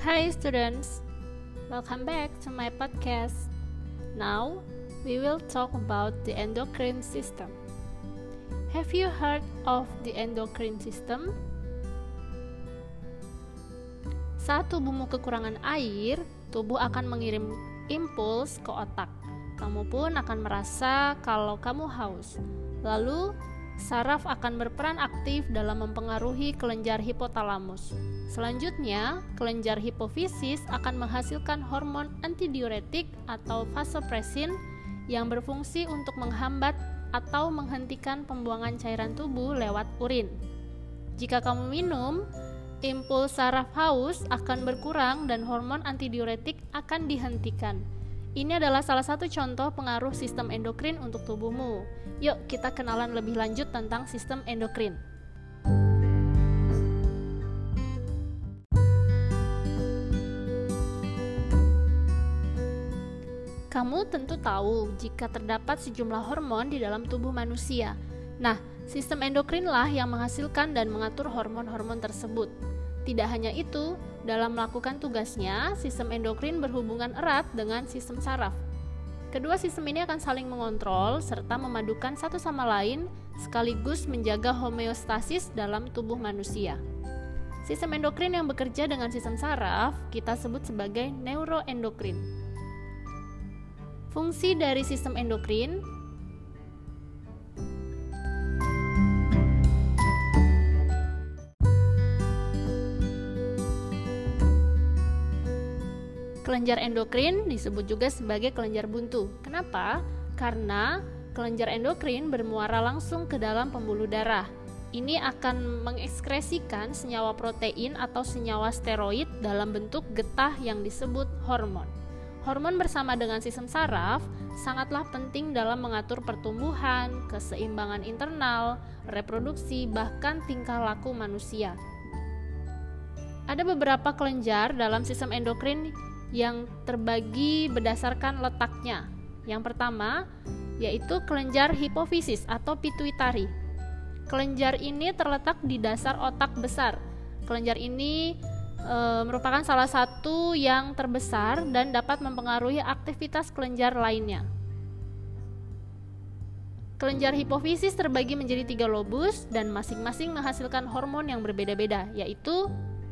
Hi students, welcome back to my podcast. Now, we will talk about the endocrine system. Have you heard of the endocrine system? Saat tubuhmu kekurangan air, tubuh akan mengirim impuls ke otak. Kamu pun akan merasa kalau kamu haus. Lalu, saraf akan berperan aktif dalam mempengaruhi kelenjar hipotalamus. Selanjutnya, kelenjar hipofisis akan menghasilkan hormon antidiuretik atau vasopresin yang berfungsi untuk menghambat atau menghentikan pembuangan cairan tubuh lewat urin. Jika kamu minum, impuls saraf haus akan berkurang dan hormon antidiuretik akan dihentikan. Ini adalah salah satu contoh pengaruh sistem endokrin untuk tubuhmu. Yuk kita kenalan lebih lanjut tentang sistem endokrin. Kamu tentu tahu jika terdapat sejumlah hormon di dalam tubuh manusia. Nah, sistem endokrinlah yang menghasilkan dan mengatur hormon-hormon tersebut. Tidak hanya itu, dalam melakukan tugasnya, sistem endokrin berhubungan erat dengan sistem saraf. Kedua sistem ini akan saling mengontrol serta memadukan satu sama lain sekaligus menjaga homeostasis dalam tubuh manusia. Sistem endokrin yang bekerja dengan sistem saraf kita sebut sebagai neuroendokrin. Fungsi dari sistem endokrin kelenjar endokrin disebut juga sebagai kelenjar buntu. Kenapa? Karena kelenjar endokrin bermuara langsung ke dalam pembuluh darah. Ini akan mengekskresikan senyawa protein atau senyawa steroid dalam bentuk getah yang disebut hormon. Hormon bersama dengan sistem saraf sangatlah penting dalam mengatur pertumbuhan, keseimbangan internal, reproduksi, bahkan tingkah laku manusia. Ada beberapa kelenjar dalam sistem endokrin yang terbagi berdasarkan letaknya. Yang pertama yaitu kelenjar hipofisis atau pituitari. Kelenjar ini terletak di dasar otak besar. Kelenjar ini merupakan salah satu yang terbesar dan dapat mempengaruhi aktivitas kelenjar lainnya. Kelenjar hipofisis terbagi menjadi 3 lobus dan masing-masing menghasilkan hormon yang berbeda-beda, yaitu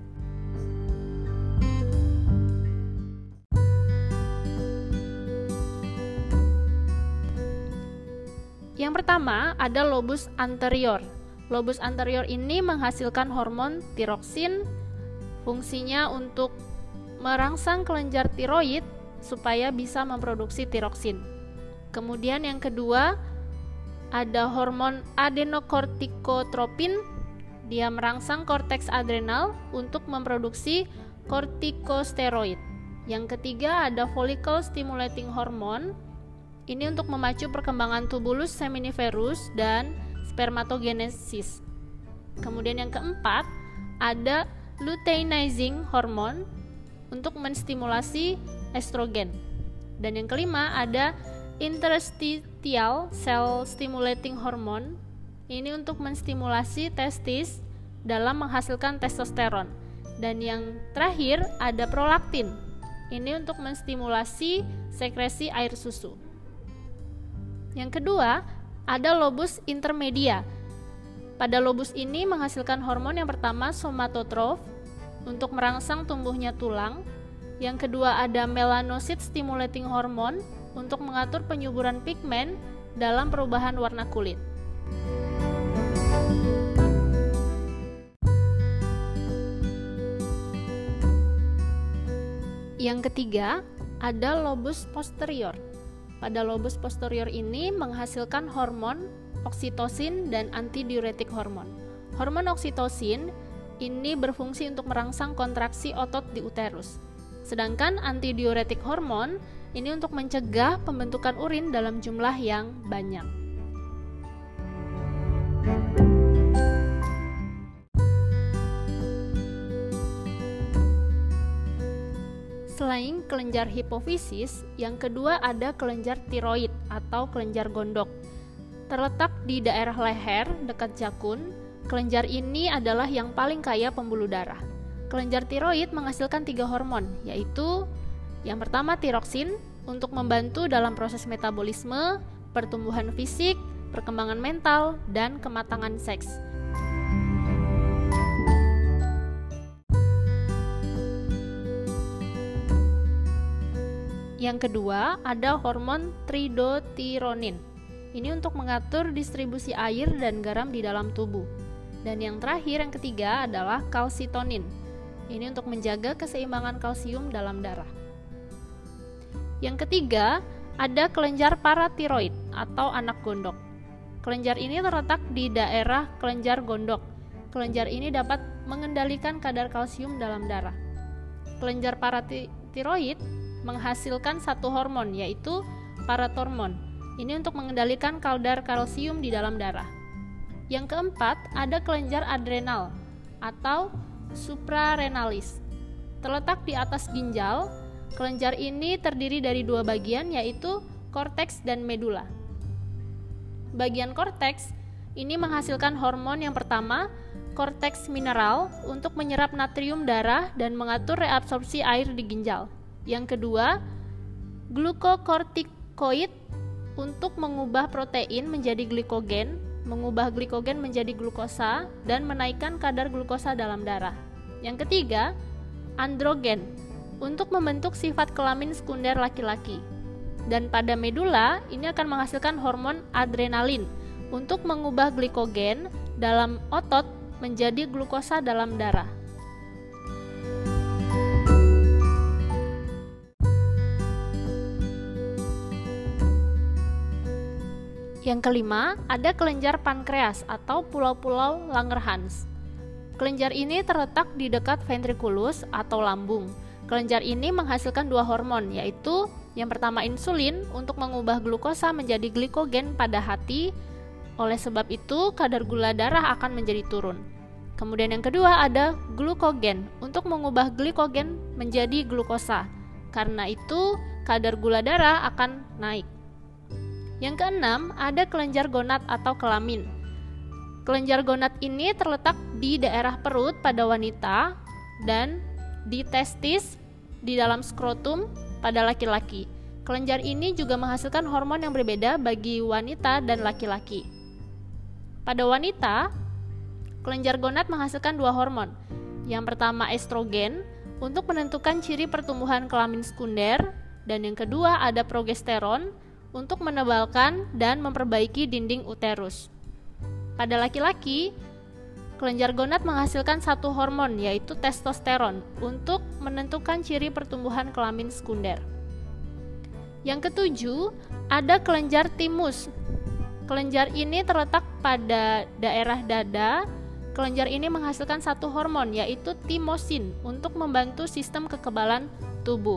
yang pertama ada lobus anterior. Lobus anterior ini menghasilkan hormon tiroksin. Fungsinya untuk merangsang kelenjar tiroid supaya bisa memproduksi tiroksin. Kemudian yang kedua ada hormon adenokortikotropin. Dia merangsang korteks adrenal untuk memproduksi kortikosteroid. Yang ketiga ada follicle stimulating hormone. Ini untuk memacu perkembangan tubulus seminiferus dan spermatogenesis. Kemudian yang keempat ada luteinizing hormone untuk menstimulasi estrogen. Dan yang kelima ada interstitial cell stimulating hormone. Ini untuk menstimulasi testis dalam menghasilkan testosteron. Dan yang terakhir ada prolaktin. Ini untuk menstimulasi sekresi air susu. Yang kedua ada lobus intermedia. Pada lobus ini menghasilkan hormon yang pertama somatotrof untuk merangsang tumbuhnya tulang. Yang kedua ada melanocyte stimulating hormone untuk mengatur penyuburan pigmen dalam perubahan warna kulit. Yang ketiga ada lobus posterior. Pada lobus posterior ini menghasilkan hormon oksitosin dan antidiuretik hormon. Hormon oksitosin ini berfungsi untuk merangsang kontraksi otot di uterus. Sedangkan antidiuretik hormon ini untuk mencegah pembentukan urin dalam jumlah yang banyak. Selain kelenjar hipofisis, yang kedua ada kelenjar tiroid atau kelenjar gondok. Terletak di daerah leher dekat jakun, kelenjar ini adalah yang paling kaya pembuluh darah. Kelenjar tiroid menghasilkan 3 hormon, yaitu yang pertama tiroksin untuk membantu dalam proses metabolisme, pertumbuhan fisik, perkembangan mental, dan kematangan seks. Yang kedua, ada hormon tridotironin. Ini untuk mengatur distribusi air dan garam di dalam tubuh. Dan yang terakhir, yang ketiga adalah kalsitonin. Ini untuk menjaga keseimbangan kalsium dalam darah. Yang ketiga, ada kelenjar paratiroid atau anak gondok. Kelenjar ini terletak di daerah kelenjar gondok. Kelenjar ini dapat mengendalikan kadar kalsium dalam darah. Kelenjar paratiroid menghasilkan satu hormon, yaitu paratormon. Ini untuk mengendalikan kadar kalsium di dalam darah. Yang keempat, ada kelenjar adrenal atau suprarenalis. Terletak di atas ginjal. Kelenjar ini terdiri dari 2 bagian, yaitu korteks dan medula. Bagian korteks ini menghasilkan hormon yang pertama, korteks mineral, untuk menyerap natrium darah dan mengatur reabsorpsi air di ginjal. Yang kedua, glukokortikoid untuk mengubah protein menjadi glikogen, mengubah glikogen menjadi glukosa, dan menaikkan kadar glukosa dalam darah. Yang ketiga, androgen untuk membentuk sifat kelamin sekunder laki-laki. Dan pada medula, ini akan menghasilkan hormon adrenalin untuk mengubah glikogen dalam otot menjadi glukosa dalam darah. Yang kelima, ada kelenjar pankreas atau pulau-pulau Langerhans. Kelenjar ini terletak di dekat ventriculus atau lambung. Kelenjar ini menghasilkan 2 hormon, yaitu yang pertama insulin untuk mengubah glukosa menjadi glikogen pada hati. Oleh sebab itu, kadar gula darah akan menjadi turun. Kemudian yang kedua ada glukogen untuk mengubah glikogen menjadi glukosa. Karena itu, kadar gula darah akan naik. Yang keenam, ada kelenjar gonad atau kelamin. Kelenjar gonad ini terletak di daerah perut pada wanita dan di testis di dalam skrotum pada laki-laki. Kelenjar ini juga menghasilkan hormon yang berbeda bagi wanita dan laki-laki. Pada wanita, kelenjar gonad menghasilkan 2 hormon. Yang pertama estrogen untuk menentukan ciri pertumbuhan kelamin sekunder, dan yang kedua ada progesteron untuk menebalkan dan memperbaiki dinding uterus. Pada laki-laki, kelenjar gonad menghasilkan 1 hormon, yaitu testosteron, untuk menentukan ciri pertumbuhan kelamin sekunder. Yang ketujuh, ada kelenjar timus. Kelenjar ini terletak pada daerah dada. Kelenjar ini menghasilkan 1 hormon, yaitu timosin, untuk membantu sistem kekebalan tubuh.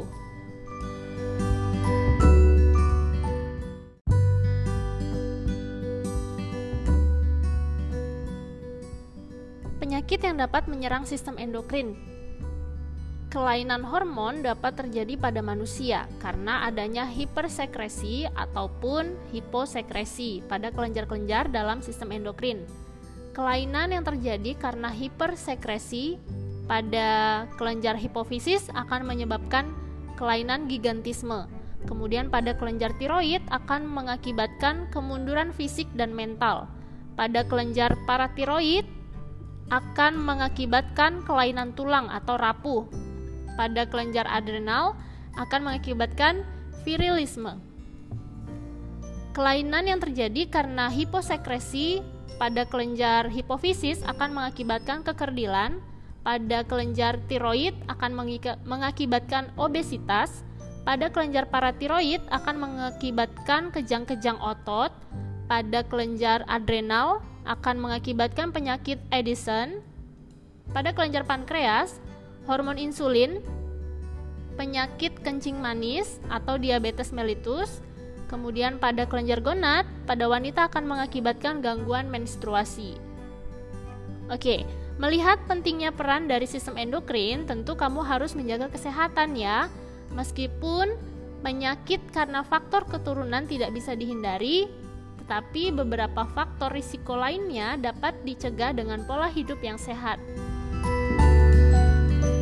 Penyakit yang dapat menyerang sistem endokrin. Kelainan hormon dapat terjadi pada manusia karena adanya hipersekresi ataupun hiposekresi pada kelenjar-kelenjar dalam sistem endokrin. Kelainan yang terjadi karena hipersekresi pada kelenjar hipofisis akan menyebabkan kelainan gigantisme. Kemudian pada kelenjar tiroid akan mengakibatkan kemunduran fisik dan mental. Pada kelenjar paratiroid akan mengakibatkan kelainan tulang atau rapuh. Pada kelenjar adrenal akan mengakibatkan virilisme. Kelainan yang terjadi karena hiposekresi pada kelenjar hipofisis akan mengakibatkan kekerdilan. Pada kelenjar tiroid akan mengakibatkan obesitas. Pada kelenjar paratiroid akan mengakibatkan kejang-kejang otot. Pada kelenjar adrenal akan mengakibatkan penyakit Addison. Pada kelenjar pankreas, hormon insulin, penyakit kencing manis atau diabetes mellitus. Kemudian pada kelenjar gonad, pada wanita akan mengakibatkan gangguan menstruasi. Oke, melihat pentingnya peran dari sistem endokrin, tentu kamu harus menjaga kesehatan ya. Meskipun penyakit karena faktor keturunan tidak bisa dihindari, tetapi beberapa faktor risiko lainnya dapat dicegah dengan pola hidup yang sehat.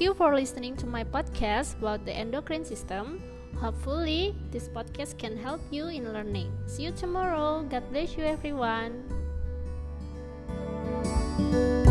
Thank you for listening to my podcast about the endocrine system. Hopefully, this podcast can help you in learning. See you tomorrow. God bless you, everyone.